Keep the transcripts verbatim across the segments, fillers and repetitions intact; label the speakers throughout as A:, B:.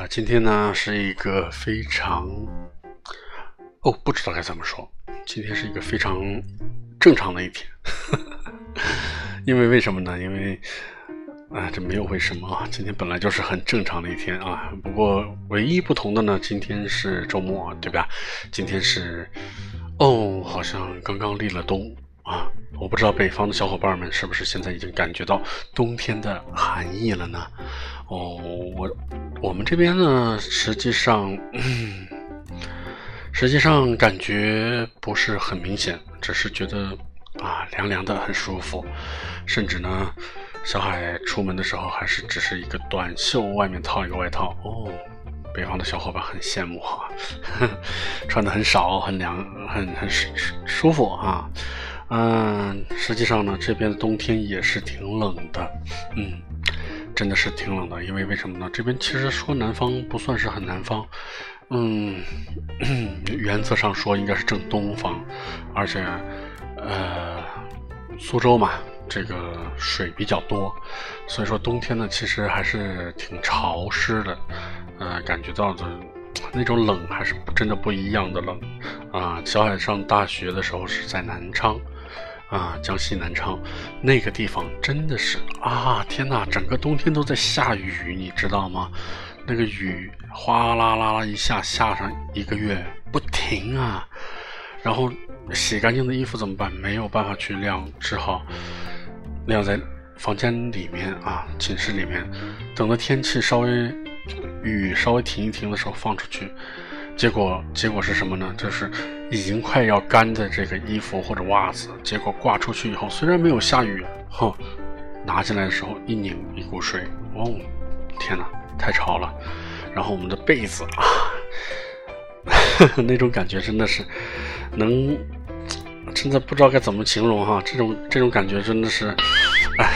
A: 今天呢是一个非常哦，不知道该怎么说，今天是一个非常正常的一天因为为什么呢？因为啊，这没有为什么啊，今天本来就是很正常的一天啊。不过唯一不同的呢，今天是周末，对吧？今天是哦，好像刚刚立了冬啊。我不知道北方的小伙伴们是不是现在已经感觉到冬天的寒意了呢？哦，我我们这边呢，实际上，嗯，实际上感觉不是很明显，只是觉得啊凉凉的很舒服，甚至呢，小海出门的时候还是只是一个短袖，外面套一个外套。哦，北方的小伙伴很羡慕啊，穿的很少，很凉，很很舒服啊。嗯，实际上呢，这边的冬天也是挺冷的，嗯，真的是挺冷的。因为为什么呢？这边其实说南方不算是很南方，嗯，原则上说应该是正东方，而且，呃，苏州嘛，这个水比较多，所以说冬天呢，其实还是挺潮湿的，呃，感觉到的那种冷还是真的不一样的冷啊。小海上大学的时候是在南昌。啊，江西南昌那个地方真的是啊，天哪，整个冬天都在下雨，你知道吗？那个雨哗啦啦啦一下下上一个月不停啊，然后洗干净的衣服怎么办？没有办法去晾，只好晾在房间里面啊，寝室里面，等到天气稍微雨稍微停一停的时候放出去。结果结果是什么呢？就是已经快要干的这个衣服或者袜子，结果挂出去以后，虽然没有下雨，哼，拿进来的时候一拧一股水，哦，天哪，太潮了。然后我们的被子啊，那种感觉真的是能，真的不知道该怎么形容哈，这种这种感觉真的是，哎，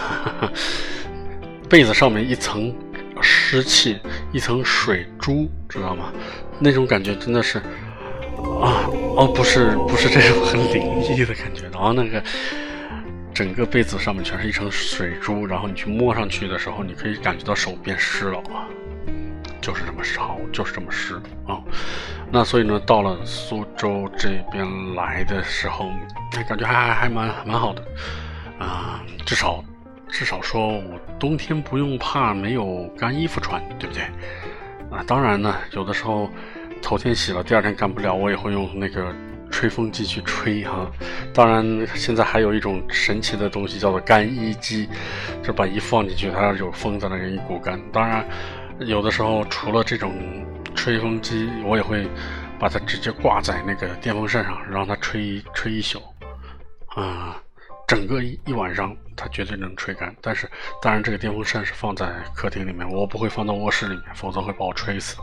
A: 被子上面一层湿气，一层水珠，知道吗？那种感觉真的是啊，哦，不是不是这种很灵异的感觉，然后那个整个被子上面全是一层水珠，然后你去摸上去的时候，你可以感觉到手变湿了啊，就是这么潮，就是这么湿啊。那所以呢，到了苏州这边来的时候，感觉还还还蛮蛮好的啊，至少至少说我冬天不用怕没有干衣服穿，对不对？啊，当然呢，有的时候头天洗了，第二天干不了，我也会用那个吹风机去吹哈。当然，现在还有一种神奇的东西叫做干衣机，就把衣服放进去，它有风在那里一股干。当然，有的时候除了这种吹风机，我也会把它直接挂在那个电风扇上，让它吹吹一宿啊。整个一一晚上它绝对能吹干，但是当然这个电风扇是放在客厅里面，我不会放到卧室里面，否则会把我吹死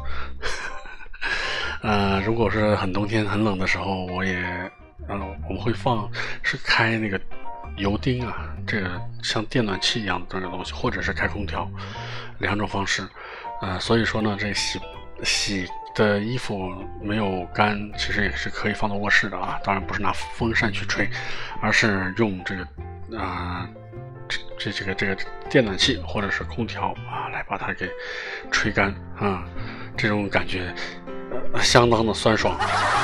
A: 呃，如果是很冬天很冷的时候，我也呃我们会放是开那个油汀啊，这个像电暖气一样的这个东西，或者是开空调，两种方式。呃，所以说呢，这洗洗的衣服没有干，其实也是可以放到卧室的啊。当然不是拿风扇去吹，而是用这个啊、呃、这这个这个电暖气或者是空调啊来把它给吹干啊，这种感觉、呃、相当的酸爽。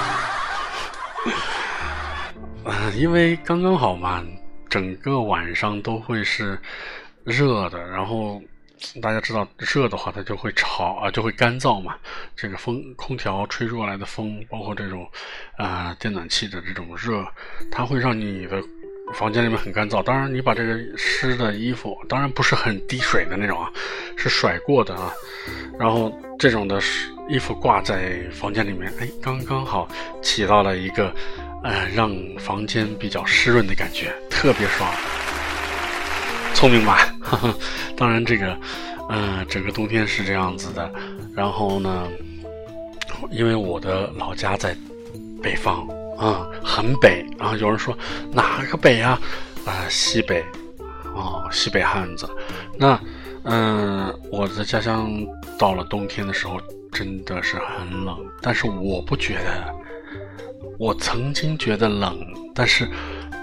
A: 呃，因为刚刚好嘛，整个晚上都会是热的，然后。大家知道热的话它就会潮啊，就会干燥嘛。这个风空调吹出来的风，包括这种啊、呃、电暖气的这种热，它会让你的房间里面很干燥。当然你把这个湿的衣服，当然不是很滴水的那种啊，是甩过的啊，然后这种的衣服挂在房间里面，哎，刚刚好起到了一个呃让房间比较湿润的感觉，特别爽。聪明吧？当然这个呃整个冬天是这样子的。然后呢，因为我的老家在北方啊、嗯，很北啊。有人说哪个北啊？啊、呃，西北哦，西北汉子。那嗯、呃，我的家乡到了冬天的时候真的是很冷，但是我不觉得。我曾经觉得冷，但是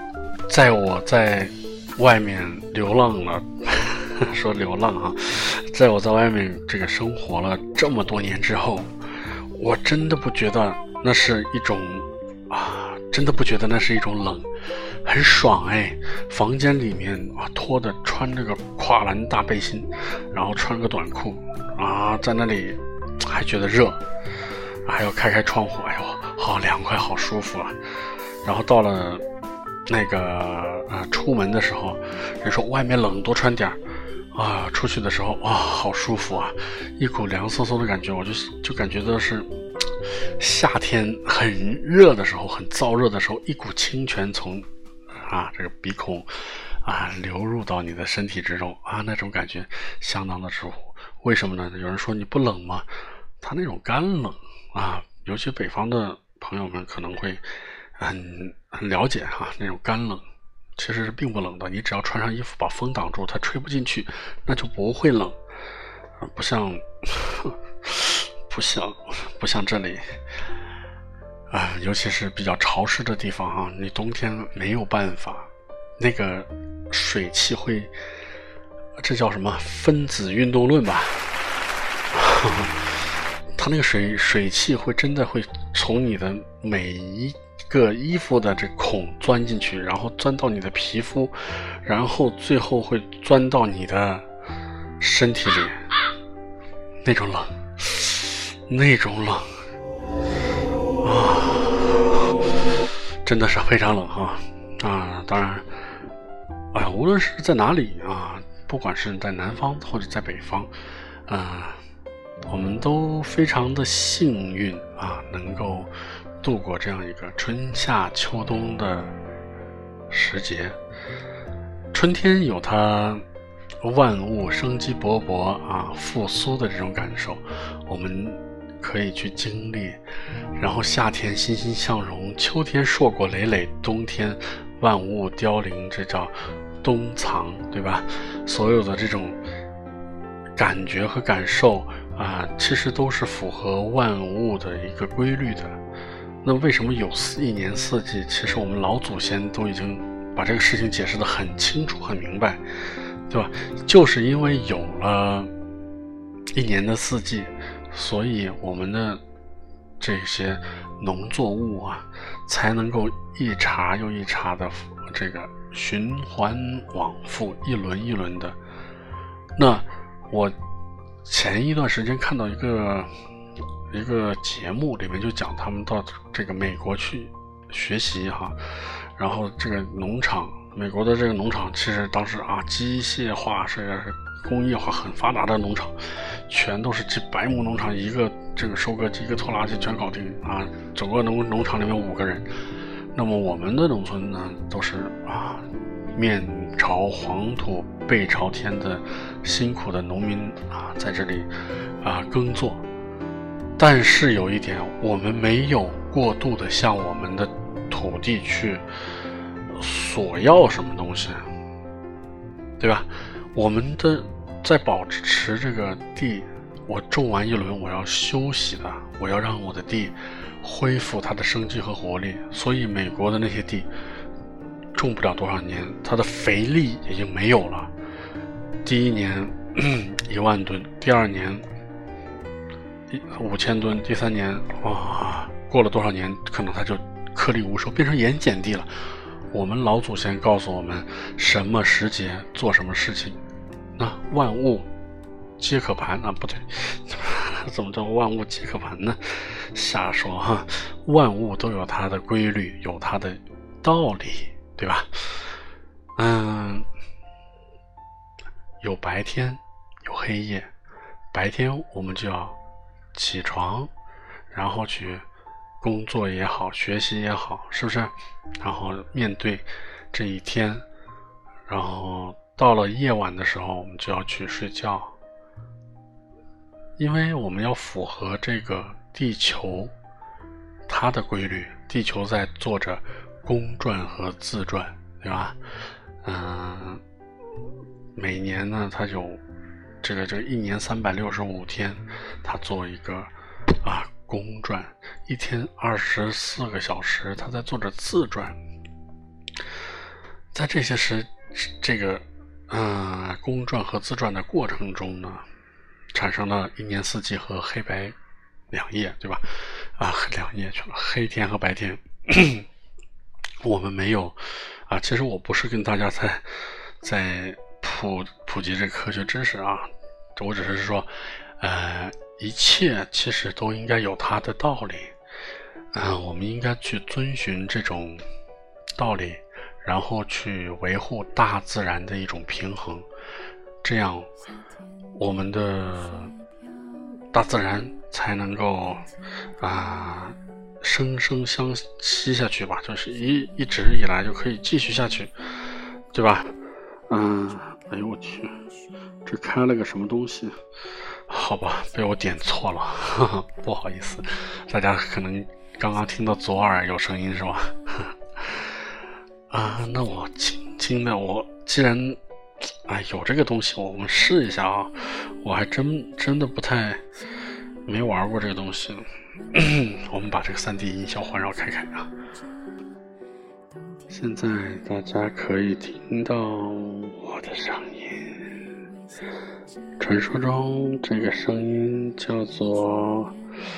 A: 在我在外面流浪了说流浪啊， 在我在外面这个生活了这么多年之后，我真的不觉得那是一种啊，真的不觉得那是一种冷，很爽哎！房间里面啊，脱的穿这个跨栏大背心，然后穿个短裤啊，在那里还觉得热，还要开开窗户，哎呦，好凉快，好舒服啊！然后到了那个呃出门的时候，人说外面冷，多穿点儿。啊，出去的时候哇，好舒服啊，一股凉飕飕的感觉，我就就感觉到是夏天很热的时候，很燥热的时候，一股清泉从啊这个鼻孔啊流入到你的身体之中啊，那种感觉相当的舒服。为什么呢？有人说你不冷吗？它那种干冷啊，尤其北方的朋友们可能会很很了解哈、啊，那种干冷。其实是并不冷的，你只要穿上衣服把风挡住，它吹不进去，那就不会冷。不像不像不像这里啊，尤其是比较潮湿的地方啊，你冬天没有办法，那个水汽会，这叫什么分子运动论吧？它那个水水汽会真的会从你的每一个衣服的这孔钻进去，然后钻到你的皮肤，然后最后会钻到你的身体里，那种冷，那种冷啊，真的是非常冷哈啊！当然，哎呀，无论是在哪里啊，不管是在南方或者在北方，啊，我们都非常的幸运啊，能够度过这样一个春夏秋冬的时节。春天有它万物生机勃勃啊复苏的这种感受，我们可以去经历，然后夏天欣欣向荣，秋天硕果累累，冬天万物凋零，这叫冬藏，对吧？所有的这种感觉和感受啊，其实都是符合万物的一个规律的。那为什么有一年四季？其实我们老祖先都已经把这个事情解释得很清楚很明白，对吧？就是因为有了一年的四季，所以我们的这些农作物啊才能够一茬又一茬的这个循环往复，一轮一轮的。那我前一段时间看到一个一个节目，里面就讲他们到这个美国去学习哈，然后这个农场，美国的这个农场其实当时啊机械化是工业化很发达的农场，全都是几百亩农场，一个这个收割机一个拖拉机全搞定啊，整个农农场里面五个人。那么我们的农村呢都是啊面朝黄土背朝天的辛苦的农民啊在这里啊耕作。但是有一点，我们没有过度的向我们的土地去索要什么东西，对吧？我们的在保持这个地，我种完一轮我要休息的，我要让我的地恢复它的生机和活力。所以美国的那些地种不了多少年，它的肥力已经没有了。第一年一万吨，第二年五千吨，第三年哇，过了多少年，可能它就颗粒无收，变成盐碱地了。我们老祖先告诉我们，什么时节做什么事情，那万物皆可盘啊，不对，怎么叫万物皆可盘呢？瞎说哈，万物都有它的规律，有它的道理，对吧？嗯，有白天，有黑夜。白天我们就要起床，然后去工作也好，学习也好，是不是？然后面对这一天，然后到了夜晚的时候，我们就要去睡觉，因为我们要符合这个地球它的规律。地球在做着公转和自转，对吧？嗯，每年呢，它有这个这个一年三百六十五天，它做一个啊公转，一天二十四个小时，它在做着自转。在这些时这个嗯公转和自转的过程中呢， 产生了一年四季和黑白两夜，对吧？啊，两夜去了，黑天和白天。我们没有啊，其实我不是跟大家在在普普及这科学知识啊，我只是说，呃，一切其实都应该有它的道理，嗯、呃，我们应该去遵循这种道理，然后去维护大自然的一种平衡，这样我们的大自然才能够啊。呃生生相息下去吧，就是一一直以来就可以继续下去，对吧？嗯，哎呦我去，这开了个什么东西？好吧，被我点错了，呵呵，不好意思，大家可能刚刚听到左耳有声音是吧？啊，那我轻轻的，我既然哎有这个东西，我们试一下啊，我还真真的不太没玩过这个东西。我们把这个 三 D 音效环绕开开啊！现在大家可以听到我的声音，传说中这个声音叫做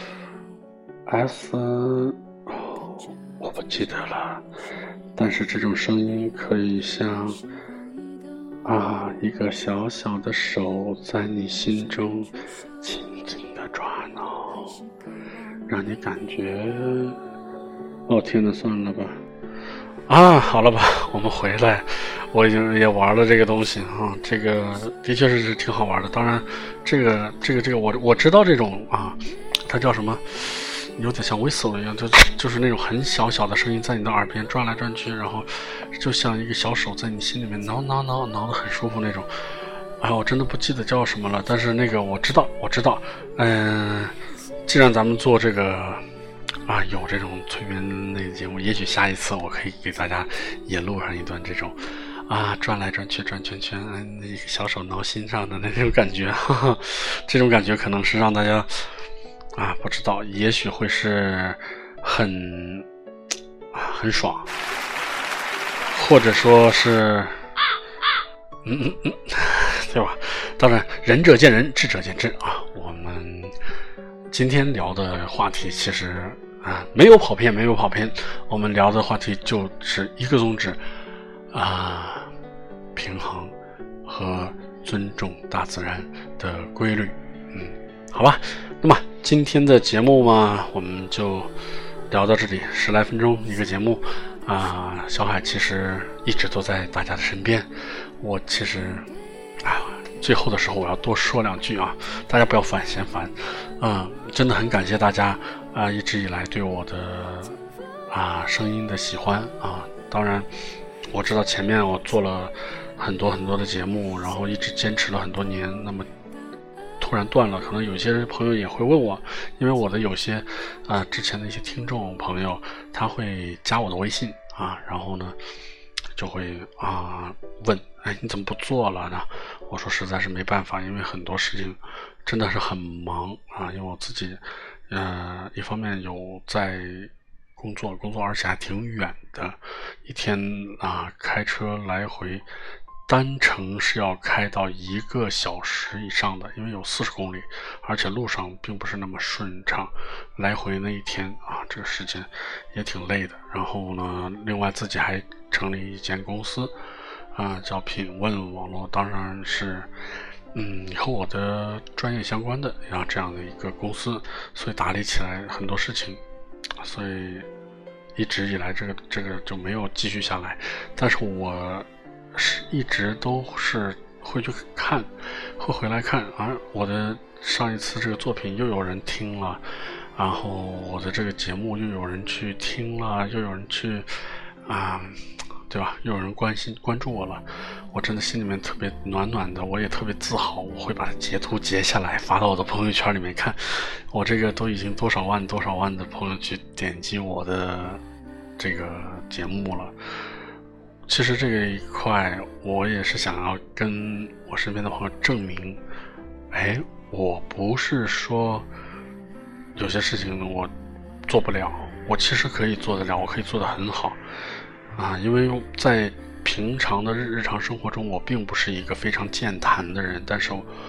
A: S， 哦，我不记得了，但是这种声音可以像啊一个小小的手在你心中轻轻的抓挠，让你感觉，哦天哪，算了吧，啊，好了吧，我们回来，我已经也玩了这个东西啊，这个的确是挺好玩的。当然，这个这个这个我我知道这种啊，它叫什么，有点像 whistle 一样，就就是那种很小小的声音在你的耳边转来转去，然后就像一个小手在你心里面挠挠挠挠得很舒服那种。哎，我真的不记得叫什么了，但是那个我知道，我知道，嗯。既然咱们做这个啊，有这种催眠类的节目，也许下一次我可以给大家也录上一段这种啊转来转去转圈圈，那一个小手挠心上的那种感觉，呵呵，这种感觉可能是让大家啊不知道，也许会是很啊很爽，或者说是嗯嗯嗯，对吧？当然仁者见仁，智者见智啊，我们今天聊的话题其实啊没有跑偏，没有跑偏。我们聊的话题就是一个宗旨啊，平衡和尊重大自然的规律。嗯，好吧。那么今天的节目嘛，我们就聊到这里，十来分钟一个节目啊。小海其实一直都在大家的身边，我其实啊。最后的时候我要多说两句啊，大家不要烦嫌烦，嗯，真的很感谢大家啊，一直以来对我的啊声音的喜欢啊。当然，我知道前面我做了很多很多的节目，然后一直坚持了很多年，那么突然断了，可能有些朋友也会问我，因为我的有些啊之前的一些听众朋友，他会加我的微信啊，然后呢就会啊问，哎，你怎么不做了呢？我说实在是没办法，因为很多事情真的是很忙啊，因为我自己呃一方面有在工作工作而且还挺远的，一天啊开车来回单程是要开到一个小时以上的，因为有四十公里，而且路上并不是那么顺畅，来回那一天啊这个时间也挺累的。然后呢另外自己还成立一间公司啊，叫品问网络，当然是嗯和我的专业相关的，然后这样的一个公司，所以打理起来很多事情，所以一直以来这个这个就没有继续下来。但是我是一直都是会去看，会回来看啊，我的上一次这个作品又有人听了，然后我的这个节目又有人去听了，又有人去啊。对吧？又有人关心关注我了，我真的心里面特别暖暖的，我也特别自豪，我会把截图截下来发到我的朋友圈里面看，我这个都已经多少万多少万的朋友去点击我的这个节目了。其实这个一块我也是想要跟我身边的朋友证明，哎，我不是说有些事情我做不了，我其实可以做得了，我可以做得很好啊，因为在平常的日日常生活中，我并不是一个非常健谈的人，但是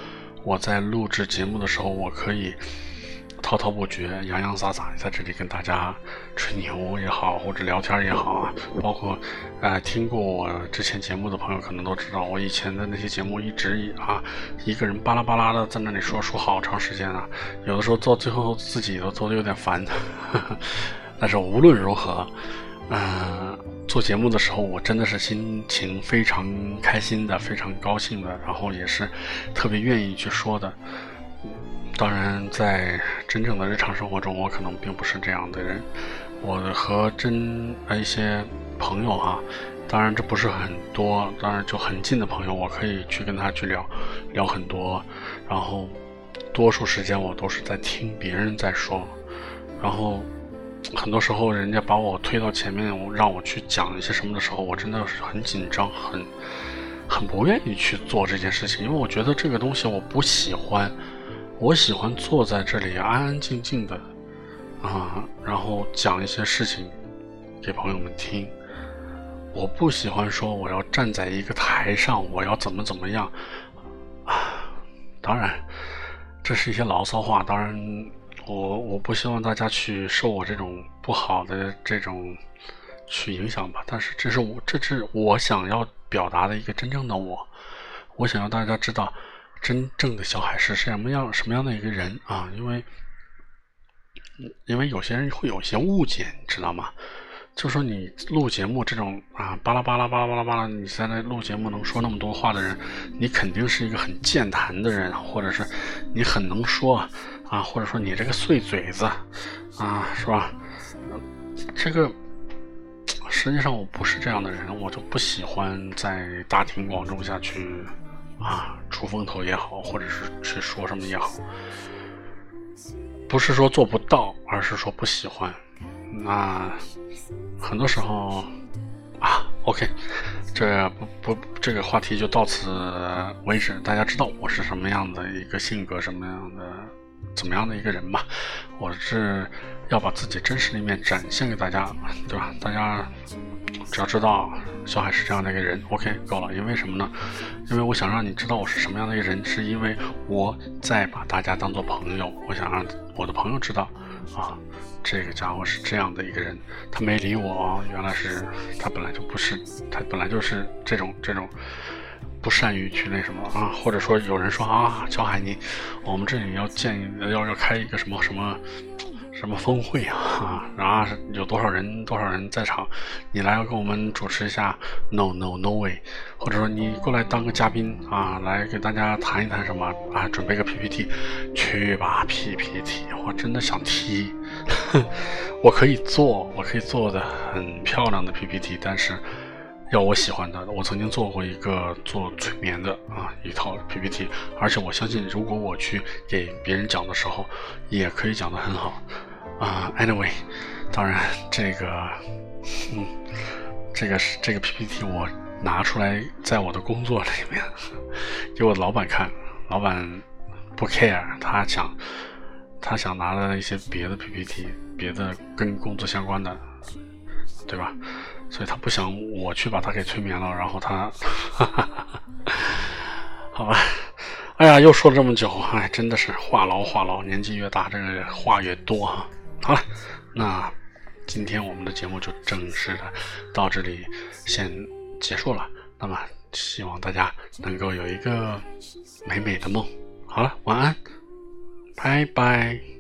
A: 我在录制节目的时候，我可以滔滔不绝、洋洋洒洒在这里跟大家吹牛也好，或者聊天也好啊，包括呃听过我之前节目的朋友可能都知道，我以前的那些节目一直啊一个人巴拉巴拉的在那里说说好长时间啊，有的时候到最后自己都做的有点烦呵呵，但是无论如何呃做节目的时候我真的是心情非常开心的，非常高兴的，然后也是特别愿意去说的。当然在真正的日常生活中我可能并不是这样的人，我和真呃一些朋友哈、啊，当然这不是很多，当然就很近的朋友我可以去跟他去聊聊很多，然后多数时间我都是在听别人在说，然后很多时候人家把我推到前面让我去讲一些什么的时候，我真的是很紧张，很很不愿意去做这件事情，因为我觉得这个东西我不喜欢，我喜欢坐在这里安安静静的啊，然后讲一些事情给朋友们听。我不喜欢说我要站在一个台上，我要怎么怎么样啊。当然这是一些牢骚话，当然我我不希望大家去受我这种不好的这种去影响吧，但是这是我这是我想要表达的一个真正的我，我想要大家知道真正的小海是什么样什么样的一个人啊，因为因为有些人会有一些误解，你知道吗？就说你录节目这种啊巴拉巴拉巴拉巴拉巴拉，你在那录节目能说那么多话的人，你肯定是一个很健谈的人，或者是你很能说啊，或者说你这个碎嘴子啊，是吧？这个实际上我不是这样的人，我就不喜欢在大庭广众下去啊出风头也好，或者是去说什么也好，不是说做不到，而是说不喜欢。那很多时候啊 OK 这不不这个话题就到此为止，大家知道我是什么样的一个性格，什么样的怎么样的一个人吧，我是要把自己真实的一面展现给大家，对吧？大家只要知道小海是这样的一个人 OK 够了。因为什么呢？因为我想让你知道我是什么样的一个人，是因为我在把大家当做朋友，我想让我的朋友知道啊，这个家伙是这样的一个人，他没理我，原来是他本来就不是，他本来就是这种这种不善于去那什么啊，或者说有人说啊，小海你我们这里要建要要开一个什么什么什么峰会啊，然后有多少人多少人在场，你来要跟我们主持一下 no no no way， 或者说你过来当个嘉宾啊，来给大家谈一谈什么啊，准备个 P P T， 去吧 P P T， 我真的想踢我可以做我可以做的很漂亮的 P P T， 但是要我喜欢的，我曾经做过一个做催眠的啊一套 P P T， 而且我相信如果我去给别人讲的时候也可以讲得很好啊 anyway， 当然这个嗯这个是这个 P P T 我拿出来在我的工作里面给我的老板看，老板不 care， 他想他想拿的一些别的 P P T， 别的跟工作相关的，对吧？所以他不想我去把他给催眠了，然后他好吧，哎呀又说了这么久，哎真的是话痨话痨，年纪越大这个话越多啊。好了，那今天我们的节目就正式的到这里先结束了，那么希望大家能够有一个美美的梦。好了，晚安，拜拜。